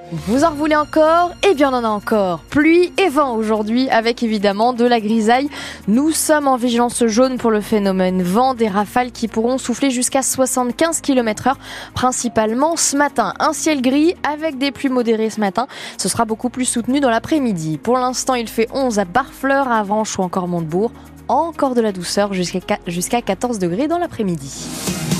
Vous en voulez encore? Eh bien, on en a encore. Pluie et vent aujourd'hui, avec évidemment de la grisaille. Nous sommes en vigilance jaune pour le phénomène vent, des rafales qui pourront souffler jusqu'à 75 km/h, principalement ce matin. Un ciel gris avec des pluies modérées ce matin. Ce sera beaucoup plus soutenu dans l'après-midi. Pour l'instant, il fait 11 à Barfleur, à Avranches ou encore Montebourg. Encore de la douceur jusqu'à 14 degrés dans l'après-midi.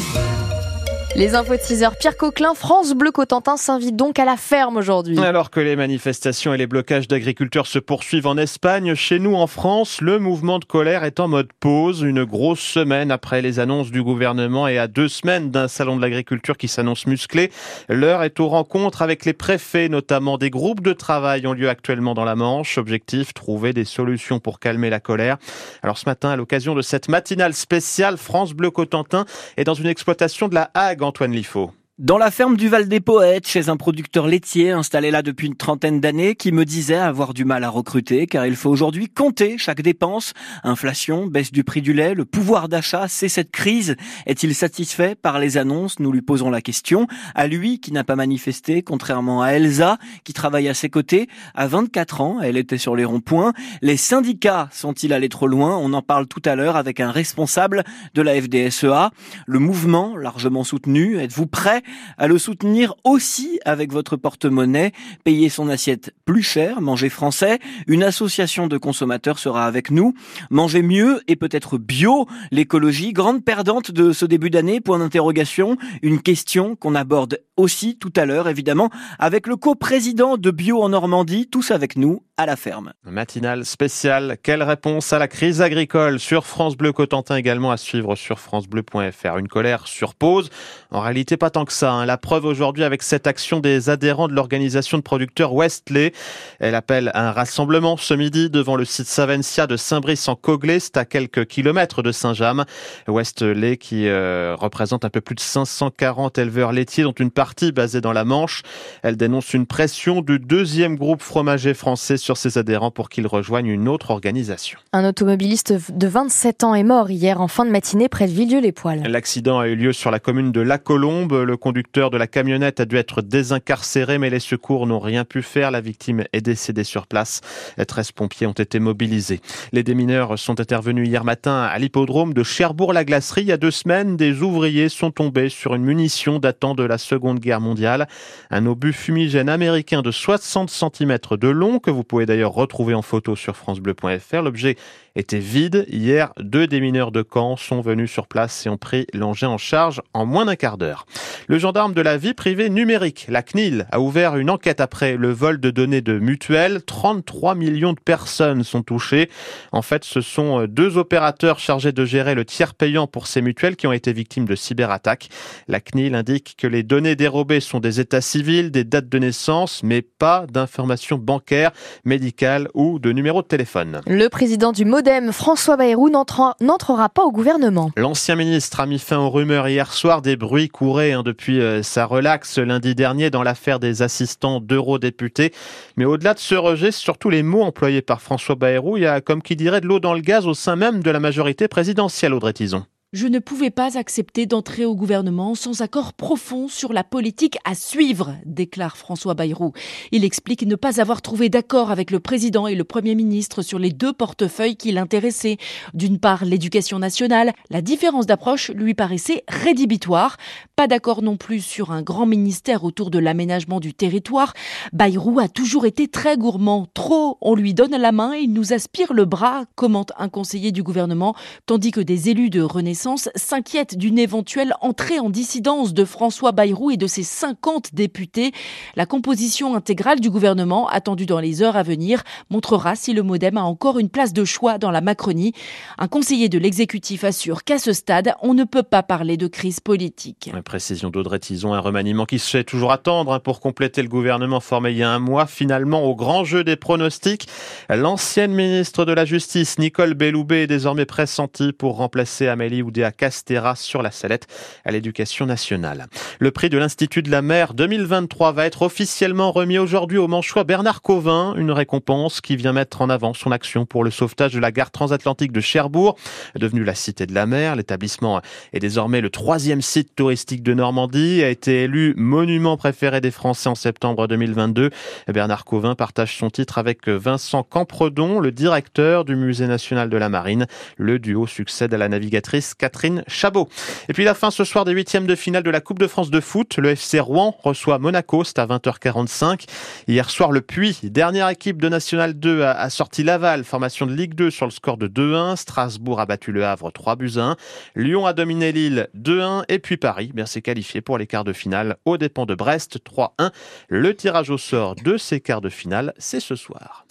Les infos de 6h, Pierre Coquelin, France Bleu Cotentin s'invite donc à la ferme aujourd'hui. Alors que les manifestations et les blocages d'agriculteurs se poursuivent en Espagne, chez nous en France, le mouvement de colère est en mode pause. Une grosse semaine après les annonces du gouvernement et à 2 semaines d'un salon de l'agriculture qui s'annonce musclé. L'heure est aux rencontres avec les préfets, notamment. Des groupes de travail ont lieu actuellement dans la Manche. Objectif, trouver des solutions pour calmer la colère. Alors ce matin, à l'occasion de cette matinale spéciale, France Bleu Cotentin est dans une exploitation de la Hague, Antoine Liffaut. Dans la ferme du Val des Poètes, chez un producteur laitier installé là depuis une trentaine d'années, qui me disait avoir du mal à recruter car il faut aujourd'hui compter chaque dépense. Inflation, baisse du prix du lait, le pouvoir d'achat, c'est cette crise. Est-il satisfait par les annonces? Nous lui posons la question. À lui qui n'a pas manifesté, contrairement à Elsa qui travaille à ses côtés. À 24 ans, elle était sur les ronds-points. Les syndicats sont-ils allés trop loin? On en parle tout à l'heure avec un responsable de la FDSEA. Le mouvement, largement soutenu, êtes-vous prêt à le soutenir aussi avec votre porte-monnaie? Payer son assiette plus cher, manger français. Une association de consommateurs sera avec nous. Manger mieux et peut-être bio. L'écologie, grande perdante de ce début d'année, point d'interrogation. Une question qu'on aborde aussi tout à l'heure, évidemment, avec le coprésident de Bio en Normandie, tous avec nous à la ferme. Matinale spéciale. Quelle réponse à la crise agricole sur France Bleu Cotentin, également à suivre sur francebleu.fr. Une colère sur pause. En réalité, pas tant que ça. La preuve aujourd'hui avec cette action des adhérents de l'organisation de producteurs Westley. Elle appelle à un rassemblement ce midi devant le site Savencia de Saint-Brice-en-Coglay. C'est à quelques kilomètres de Saint-James. Westley qui représente un peu plus de 540 éleveurs laitiers, dont une partie basée dans la Manche. Elle dénonce une pression du deuxième groupe fromager français sur ses adhérents pour qu'ils rejoignent une autre organisation. Un automobiliste de 27 ans est mort hier en fin de matinée près de Villedieu-les-Poêles. L'accident a eu lieu sur la commune de La Colombe. Le conducteur de la camionnette a dû être désincarcéré, mais les secours n'ont rien pu faire. La victime est décédée sur place. 13 pompiers ont été mobilisés. Les démineurs sont intervenus hier matin à l'hippodrome de Cherbourg-la-Glacerie. Il y a 2 semaines, des ouvriers sont tombés sur une munition datant de la Seconde Guerre mondiale. Un obus fumigène américain de 60 cm de long, que vous pouvez d'ailleurs retrouver en photo sur francebleu.fr. L'objet était vide. Hier, 2 démineurs de Caen sont venus sur place et ont pris l'engin en charge en moins d'un quart d'heure. Le gendarme de la vie privée numérique, la CNIL, a ouvert une enquête après le vol de données de mutuelles. 33 millions de personnes sont touchées. En fait, ce sont 2 opérateurs chargés de gérer le tiers payant pour ces mutuelles qui ont été victimes de cyberattaques. La CNIL indique que les données dérobées sont des états civils, des dates de naissance, mais pas d'informations bancaires, médicales ou de numéros de téléphone. Le président du MoDem, François Bayrou, n'entrera pas au gouvernement. L'ancien ministre a mis fin aux rumeurs hier soir. Des bruits couraient depuis sa relaxe lundi dernier dans l'affaire des assistants d'eurodéputés. Mais au-delà de ce rejet, c'est surtout les mots employés par François Bayrou. Il y a, comme qui dirait, de l'eau dans le gaz au sein même de la majorité présidentielle, Audrey Tison. Je ne pouvais pas accepter d'entrer au gouvernement sans accord profond sur la politique à suivre, déclare François Bayrou. Il explique ne pas avoir trouvé d'accord avec le président et le Premier ministre sur les 2 portefeuilles qui l'intéressaient. D'une part, l'éducation nationale. La différence d'approche lui paraissait rédhibitoire. Pas d'accord non plus sur un grand ministère autour de l'aménagement du territoire. Bayrou a toujours été très gourmand. Trop, on lui donne la main et il nous aspire le bras, commente un conseiller du gouvernement, tandis que des élus de Renaissance s'inquiète d'une éventuelle entrée en dissidence de François Bayrou et de ses 50 députés. La composition intégrale du gouvernement, attendue dans les heures à venir, montrera si le MoDem a encore une place de choix dans la Macronie. Un conseiller de l'exécutif assure qu'à ce stade, on ne peut pas parler de crise politique. La précision d'Audrey Tison, un remaniement qui se fait toujours attendre pour compléter le gouvernement formé il y a 1 mois. Finalement, au grand jeu des pronostics, l'ancienne ministre de la Justice, Nicole Belloubet, est désormais pressentie pour remplacer Amélie Oudéa Castéra sur la sellette à l'Éducation nationale. Le prix de l'Institut de la mer 2023 va être officiellement remis aujourd'hui au manchois Bernard Covin, une récompense qui vient mettre en avant son action pour le sauvetage de la gare transatlantique de Cherbourg, devenue la Cité de la mer. L'établissement est désormais le 3e site touristique de Normandie, a été élu monument préféré des Français en septembre 2022. Bernard Covin partage son titre avec Vincent Campredon, le directeur du Musée national de la marine. Le duo succède à la navigatrice Catherine Chabot. Et puis la fin ce soir des 8e de finale de la Coupe de France de foot. Le FC Rouen reçoit Monaco, c'est à 20h45. Hier soir, le Puy, dernière équipe de National 2, a sorti Laval, formation de Ligue 2 sur le score de 2-1. Strasbourg a battu Le Havre 3-1. Lyon a dominé Lille 2-1. Et puis Paris s'est qualifié pour les quarts de finale aux dépens de Brest 3-1. Le tirage au sort de ces quarts de finale, c'est ce soir.